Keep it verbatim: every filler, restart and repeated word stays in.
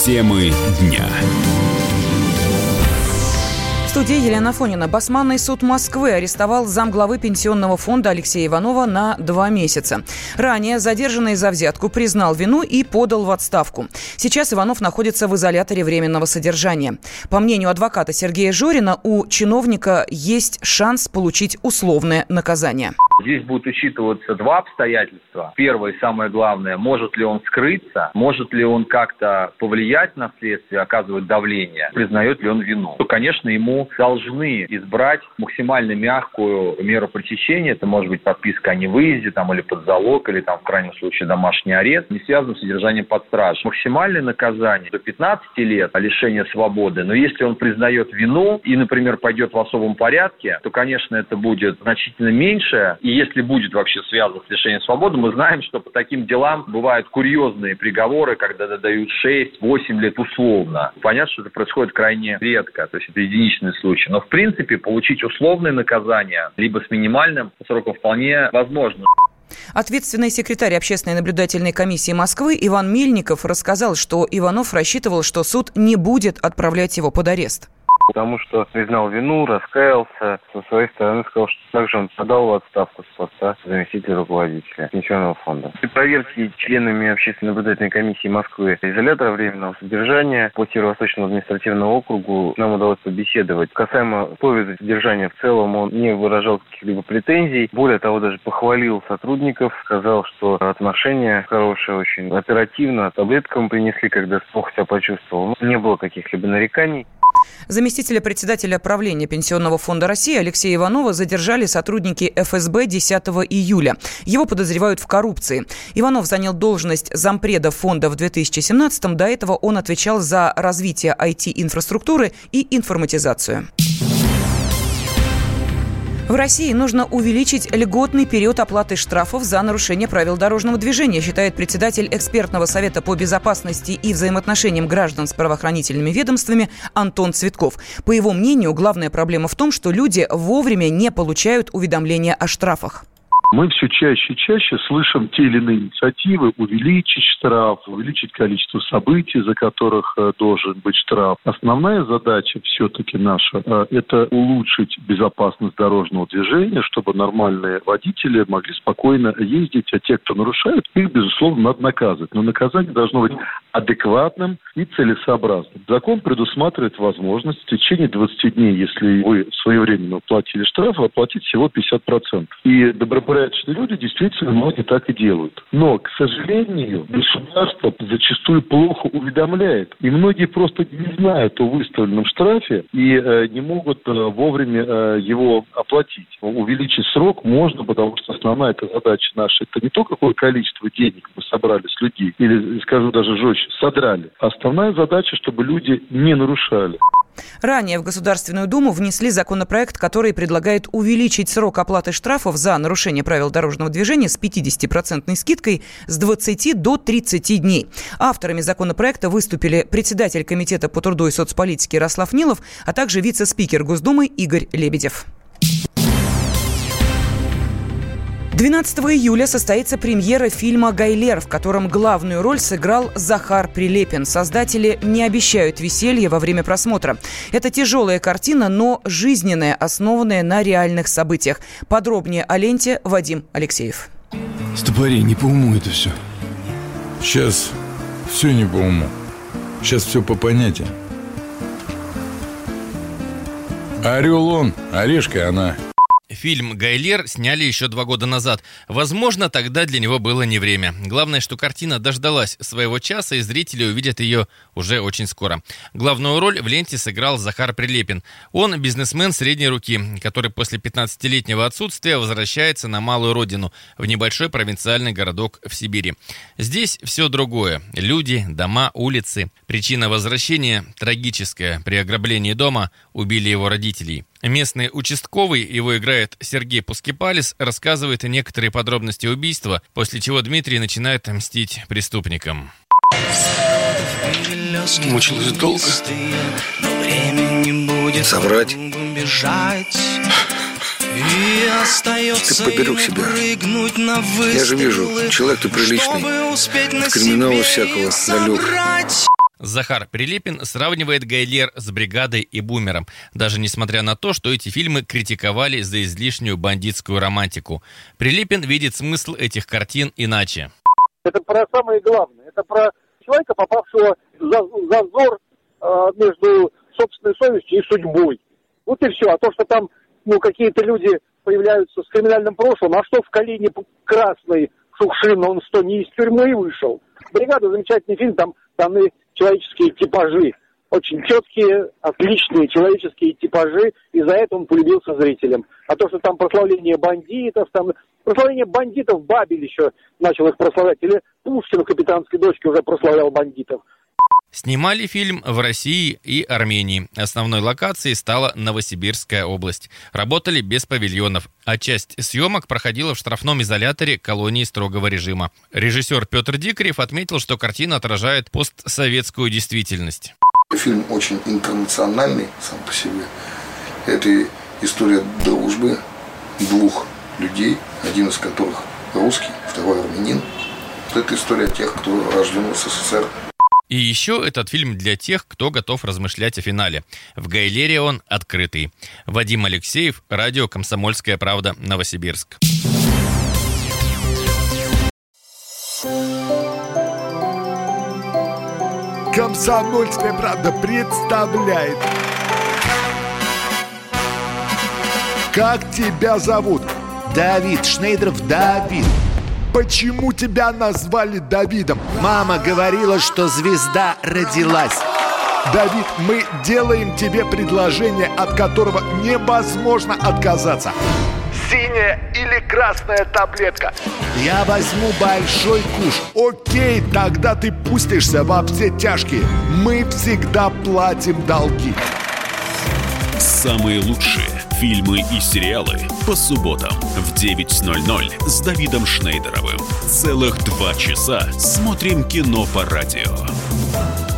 Темы дня. В студии Елена Афонина. Басманный суд Москвы арестовал замглавы пенсионного фонда Алексея Иванова на два месяца. Ранее задержанный за взятку признал вину и подал в отставку. Сейчас Иванов находится в изоляторе временного содержания. По мнению адвоката Сергея Жорина, у чиновника есть шанс получить условное наказание. Здесь будут учитываться два обстоятельства. Первое и самое главное, может ли он скрыться, может ли он как-то повлиять на следствие, оказывать давление, признает ли он вину. То, конечно, ему должны избрать максимально мягкую меру пресечения. Это может быть подписка о невыезде, там, или под залог, или там, в крайнем случае домашний арест, не связанный с содержанием под стражей. Максимальное наказание до пятнадцати лет лишения свободы. Но если он признает вину и, например, пойдет в особом порядке, то, конечно, это будет значительно меньше. И если будет вообще связано с лишением свободы, мы знаем, что по таким делам бывают курьезные приговоры, когда дают шесть-восемь лет условно. Понятно, что это происходит крайне редко, то есть это единичный случай. Но, в принципе, получить условное наказание, либо с минимальным сроком, вполне возможно. Ответственный секретарь Общественной наблюдательной комиссии Москвы Иван Мельников рассказал, что Иванов рассчитывал, что суд не будет отправлять его под арест. Потому что признал вину, раскаялся, со своей стороны сказал, что также он подал в отставку с поста заместителя руководителя пенсионного фонда. При проверке членами Общественной наблюдательной комиссии Москвы изолятора временного содержания по Северо-Восточному административному округу нам удалось побеседовать. Касаемо условий содержания в целом, он не выражал каких-либо претензий. Более того, даже похвалил сотрудников, сказал, что отношения хорошие, очень оперативно. Таблетку ему принесли, когда плохо себя почувствовал. Не было каких-либо нареканий. Заместителя председателя правления Пенсионного фонда России Алексея Иванова задержали сотрудники эф эс бэ десятого июля. Его подозревают в коррупции. Иванов занял должность зампреда фонда в две тысячи семнадцатом. До этого он отвечал за развитие ай ти-инфраструктуры и информатизацию. В России нужно увеличить льготный период оплаты штрафов за нарушение правил дорожного движения, считает председатель экспертного совета по безопасности и взаимоотношениям граждан с правоохранительными ведомствами Антон Цветков. По его мнению, главная проблема в том, что люди вовремя не получают уведомления о штрафах. Мы все чаще и чаще слышим те или иные инициативы увеличить штраф, увеличить количество событий, за которых э, должен быть штраф. Основная задача все-таки наша э, – это улучшить безопасность дорожного движения, чтобы нормальные водители могли спокойно ездить, а те, кто нарушают, их, безусловно, надо наказывать. Но наказание должно быть адекватным и целесообразным. Закон предусматривает возможность в течение двадцати дней, если вы своевременно уплатили штраф, оплатить всего пятьдесят процентов. И добропорядочные люди действительно многие так и делают. Но, к сожалению, государство зачастую плохо уведомляет. И многие просто не знают о выставленном штрафе и э, не могут э, вовремя э, его оплатить. Увеличить срок можно, потому что основная эта задача наша – это не то, какое количество денег мы собрали с людей, или, скажу даже жестче, содрали. Основная задача, чтобы люди не нарушали. Ранее в Государственную Думу внесли законопроект, который предлагает увеличить срок оплаты штрафов за нарушение правил дорожного движения с пятидесятипроцентной скидкой с двадцати до тридцати дней. Авторами законопроекта выступили председатель Комитета по труду и соцполитике Ярослав Нилов, а также вице-спикер Госдумы Игорь Лебедев. двенадцатого июля состоится премьера фильма «Гайлер», в котором главную роль сыграл Захар Прилепин. Создатели не обещают веселья во время просмотра. Это тяжелая картина, но жизненная, основанная на реальных событиях. Подробнее о ленте Вадим Алексеев. Стопори, не по уму это все. Сейчас все не по уму. Сейчас все по понятиям. Орел он, орешка она. Фильм «Гайлер» сняли еще два года назад. Возможно, тогда для него было не время. Главное, что картина дождалась своего часа, и зрители увидят ее уже очень скоро. Главную роль в ленте сыграл Захар Прилепин. Он бизнесмен средней руки, который после пятнадцатилетнего отсутствия возвращается на малую родину, в небольшой провинциальный городок в Сибири. Здесь все другое. Люди, дома, улицы. Причина возвращения трагическая. При ограблении дома убили его родителей. Местный участковый, его играет Сергей Пускипалис, рассказывает некоторые подробности убийства, после чего Дмитрий начинает мстить преступникам. Мучилась долго. Соврать. Ты поберег себя. Я же вижу, человек ты приличный. От криминала всякого далек. Захар Прилепин сравнивает «Гай Лер» с «Бригадой» и «Бумером», даже несмотря на то, что эти фильмы критиковали за излишнюю бандитскую романтику. Прилепин видит смысл этих картин иначе. Это про самое главное. Это про человека, попавшего в зазор э, между собственной совестью и судьбой. Вот и все. А то, что там ну, какие-то люди появляются с криминальным прошлым, а что в «Калине красной» Шукшин, он что, не из тюрьмы вышел? «Бригада» — замечательный фильм, там даны человеческие типажи. Очень четкие, отличные человеческие типажи, и за это он полюбился зрителям. А то, что там прославление бандитов, там прославление бандитов, Бабель еще начал их прославлять, или Пушкин в «Капитанской дочке» уже прославлял бандитов. Снимали фильм в России и Армении. Основной локацией стала Новосибирская область. Работали без павильонов, а часть съемок проходила в штрафном изоляторе колонии строгого режима. Режиссер Петр Дикарев отметил, что картина отражает постсоветскую действительность. Фильм очень интернациональный сам по себе. Это история дружбы двух людей, один из которых русский, второй армянин. Это история тех, кто рожден в СССР. И еще этот фильм для тех, кто готов размышлять о финале. В «Гай Лере» он открытый. Вадим Алексеев, радио «Комсомольская правда», Новосибирск. «Комсомольская правда» представляет. Как тебя зовут? Давид Шнейдров, Давид. Почему тебя назвали Давидом? Мама говорила, что звезда родилась. Давид, мы делаем тебе предложение, от которого невозможно отказаться. Синяя или красная таблетка? Я возьму большой куш. Окей, тогда ты пустишься во все тяжкие. Мы всегда платим долги. Самые лучшие фильмы и сериалы по субботам в девять ноль ноль с Давидом Шнейдеровым. Целых два часа смотрим кино по радио.